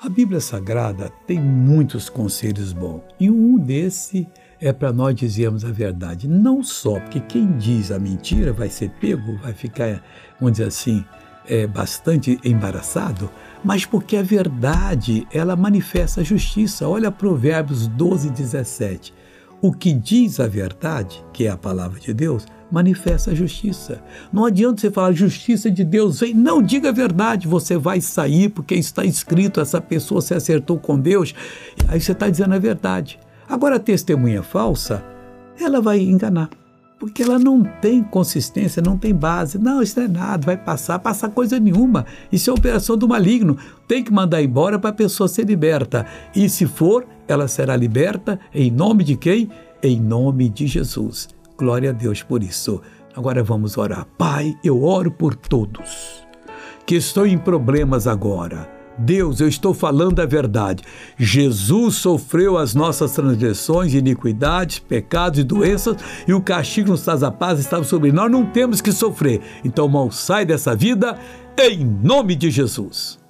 A Bíblia Sagrada tem muitos conselhos bons, e um desse é para nós dizermos a verdade. Não só porque quem diz a mentira vai ser pego, vai ficar, vamos dizer assim, bastante embaraçado, mas porque a verdade, ela manifesta a justiça. Olha Provérbios 12, 17. O que diz a verdade, que é a palavra de Deus, manifesta a justiça. Não adianta você falar, justiça de Deus vem, não, diga a verdade, você vai sair porque está escrito, essa pessoa se acertou com Deus, aí você está dizendo a verdade. Agora a testemunha falsa, ela vai enganar, porque ela não tem consistência, não tem base. Não, isso não é nada, vai passar coisa nenhuma. Isso é operação do maligno. Tem que mandar embora para a pessoa ser liberta. E se for, ela será liberta em nome de quem? Em nome de Jesus. Glória a Deus por isso. Agora vamos orar. Pai, eu oro por todos que estão em problemas agora. Deus, eu estou falando a verdade. Jesus sofreu as nossas transgressões, iniquidades, pecados e doenças, e o castigo nos traz a paz estava sobre nós. Não temos que sofrer. Então, mal sai dessa vida, em nome de Jesus.